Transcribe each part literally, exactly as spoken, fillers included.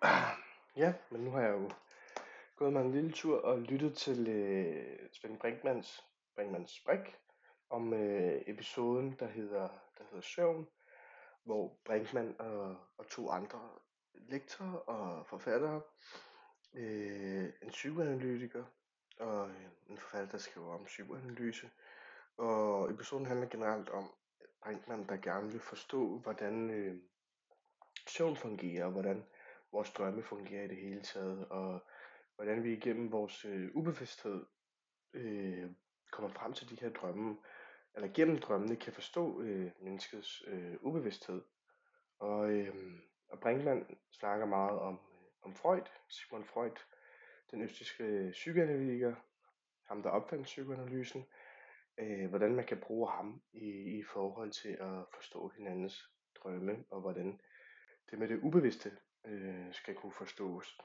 Ja, men nu har jeg jo gået mig en lille tur og lyttet til øh, Svend Brinkmans, Brinkmans Brik om øh, episoden, der hedder, der hedder Søvn, hvor Brinkmann og, og to andre lektorer og forfattere, øh, en psykoanalytiker og øh, en forfatter, der skriver om psykoanalyse. Og episoden handler generelt om Brinkmann, der gerne vil forstå, hvordan øh, søvn fungerer, og hvordan vores drømme fungerer i det hele taget, og hvordan vi igennem vores øh, ubevidsthed øh, kommer frem til de her drømme, eller gennem drømmene kan forstå øh, menneskets øh, ubevidsthed. Og, øh, og Brinkmann snakker meget om, øh, om Freud, Sigmund Freud, den østrigske psykoanalytiker, ham der opfandt psykoanalysen, øh, hvordan man kan bruge ham i, i forhold til at forstå hinandens drømme, og hvordan det med det ubevidste øh, skal kunne forstås.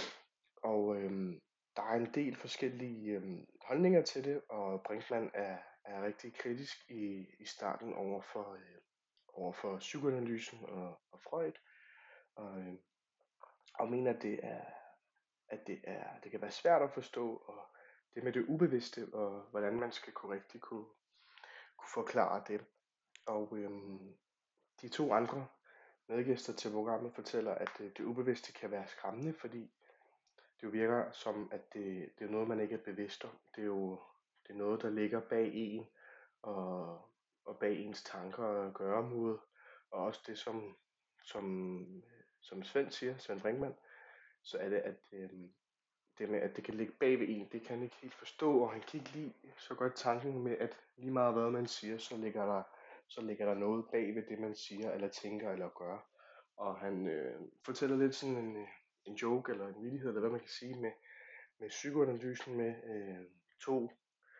Og øhm, der er en del forskellige øhm, holdninger til det, og Brinkmann er, er rigtig kritisk i, i starten over for, øh, over for psykoanalysen og, og Freud, og, øh, og mener, at det er, at det er, det kan være svært at forstå, og det med det ubevidste, og hvordan man skal kunne rigtig kunne, kunne forklare det. Og øhm, de to andre medgæster til programmet fortæller, at øh, det ubevidste kan være skræmmende, fordi det jo virker som, at det, det er noget, man ikke er bevidst om. Det er jo det er noget, der ligger bag en, og, og bag ens tanker og gøremåde, og også det, som, som, som Svend siger, Svend Brinkmann, så er det, at øh, det med, at det kan ligge bag ved en, det kan han ikke helt forstå, og han kan ikke lide så godt tanken med, at lige meget hvad man siger, så ligger der, så ligger der noget bag ved det, man siger, eller tænker, eller gør. Og han øh, fortæller lidt sådan en, øh, en joke, eller en vittighed, eller hvad man kan sige, med, med psykoanalysen, med øh, to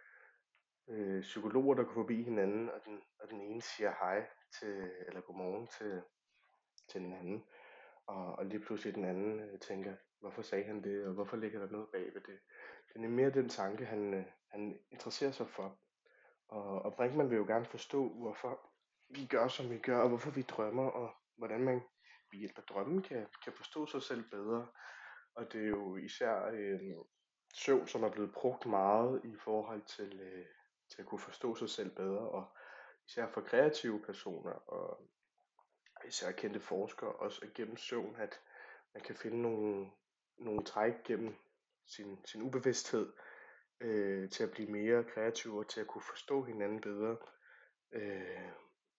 øh, psykologer, der går forbi hinanden, og den, og den ene siger hej til, eller godmorgen til, til den anden, og, og lige pludselig den anden øh, tænker, hvorfor sagde han det, og hvorfor ligger der noget bag ved det. Det er mere den tanke, han, øh, han interesserer sig for. Og, og Brinkmann vil jo gerne forstå, hvorfor vi gør, som vi gør, og hvorfor vi drømmer, og hvordan man ved hjælp af drømmen kan, kan forstå sig selv bedre. Og det er jo især øh, søvn, som er blevet brugt meget i forhold til, øh, til at kunne forstå sig selv bedre, og især for kreative personer, og især kendte forskere, også gennem søvn, at man kan finde nogle, nogle træk gennem sin, sin ubevidsthed, øh, til at blive mere kreativ, og til at kunne forstå hinanden bedre. Øh,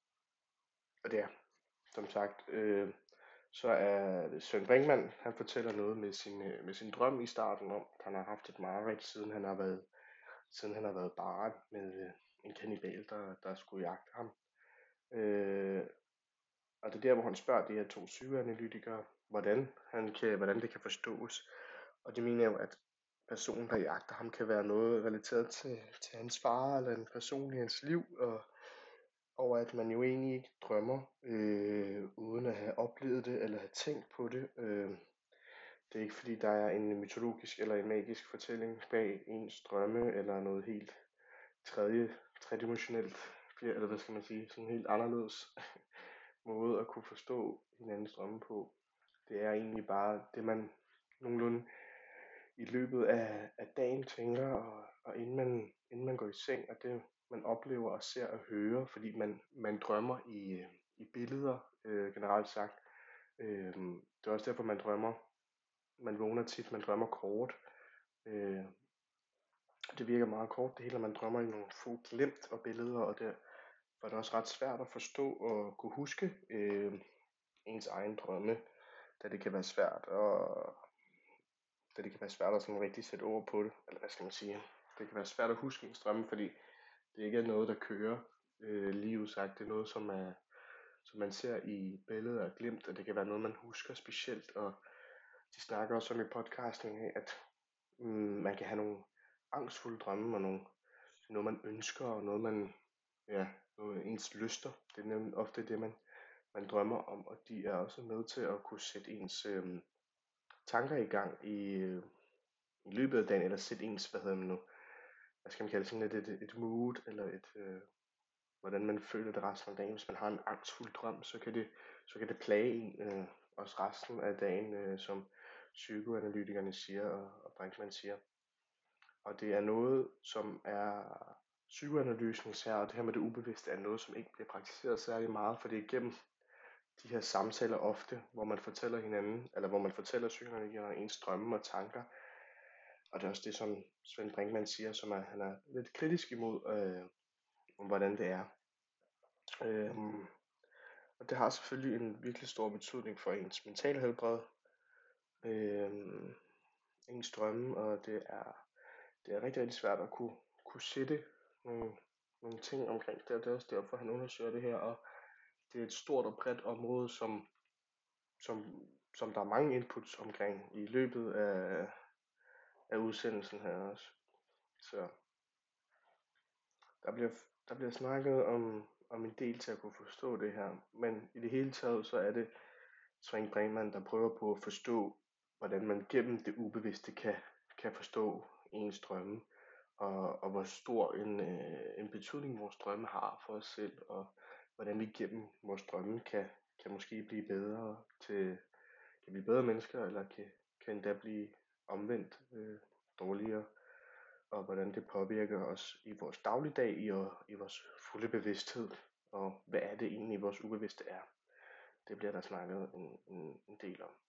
og det er, som sagt, øh, så er Søren Brinkmann, han fortæller noget med sin, øh, med sin drøm i starten om, at han har haft et mareridt, siden han har været, siden han har været barn, med øh, en kannibal, der, der skulle jagte ham. Øh, og det er der, hvor han spørger de her to psykoanalytikere, hvordan, han kan, hvordan det kan forstås. Og det mener jo, at personen, der jagter ham, kan være noget relateret til, til hans far, eller en person i hans liv, og, og at man jo egentlig ikke drømmer, øh, uden at have oplevet det, eller have tænkt på det. Øh, det er ikke fordi, der er en mytologisk eller en magisk fortælling bag ens drømme, eller noget helt tredje, tredimensionelt, eller hvad skal man sige, sådan helt anderledes måde at kunne forstå hinandens drømme på. Det er egentlig bare det, man nogenlunde i løbet af, af dagen tænker, og, og inden, man, inden man går i seng, og det man oplever og ser og hører, fordi man, man drømmer i, i billeder, øh, generelt sagt. Øh, det er også derfor, man drømmer. Man vågner tit, man drømmer kort. Øh, det virker meget kort, det hele, man drømmer i nogle få glimt og billeder, og det var det også ret svært at forstå og kunne huske øh, ens egen drømme, da det kan være svært, og da det kan være svært at sådan rigtig sætte ord på det, eller hvad skal man sige. Det kan være svært at huske ens drømme, fordi det ikke er noget, der kører øh, lige udsagt. Det er noget, som, er, som man ser i billeder og glimt, og det kan være noget, man husker specielt. Og de snakker også om i podcasten af, at mm, man kan have nogle angstfulde drømme, og nogle, noget, man ønsker, og noget, man, ja, noget, ens lyster. Det er nemlig ofte det, man, man drømmer om, og de er også med til at kunne sætte ens øh, tanker i gang i, øh, i løbet af dagen, eller sætte ens, hvad hedder man nu, hvad skal man kalde det, sådan et, et, et mood, eller et, øh, hvordan man føler det resten af dagen. Hvis man har en angstfuld drøm, så kan det, så kan det plage en, øh, også resten af dagen, øh, som psykoanalytikerne siger og, og Brinkmann siger. Og det er noget, som er psykoanalysens her, og det her med det ubevidste, er noget, som ikke bliver praktiseret særlig meget, for det er igennem de her samtaler ofte, hvor man fortæller hinanden, eller hvor man fortæller psykoanalytikerne ens drømme og tanker. Og det er også det, som Svend Brinkmann siger, som er, han er lidt kritisk imod, øh, om hvordan det er. Øhm, og det har selvfølgelig en virkelig stor betydning for ens mentale helbred, øhm, ens drømme, og det er, det er rigtig, rigtig svært at kunne, kunne sætte nogle, nogle ting omkring det, og det er også derfor, han undersøger det her, og det er et stort og bredt område, som, som, som der er mange inputs omkring i løbet af, af udsendelsen her også. Så der bliver, der bliver snakket om, om en del til at kunne forstå det her, men i det hele taget, så er det Svend Brinkmann, der prøver på at forstå, hvordan man gennem det ubevidste kan, kan forstå ens drømme, og, og hvor stor en, øh, en betydning vores drømme har for os selv, og hvordan vi gennem vores drømme kan, kan måske blive bedre til, kan blive bedre mennesker, eller kan, kan endda blive omvendt øh, dårligere, og hvordan det påvirker os i vores dagligdag, i, og, i vores fulde bevidsthed, og hvad er det egentlig vores ubevidste er. Det bliver der snakket en, en, en del om.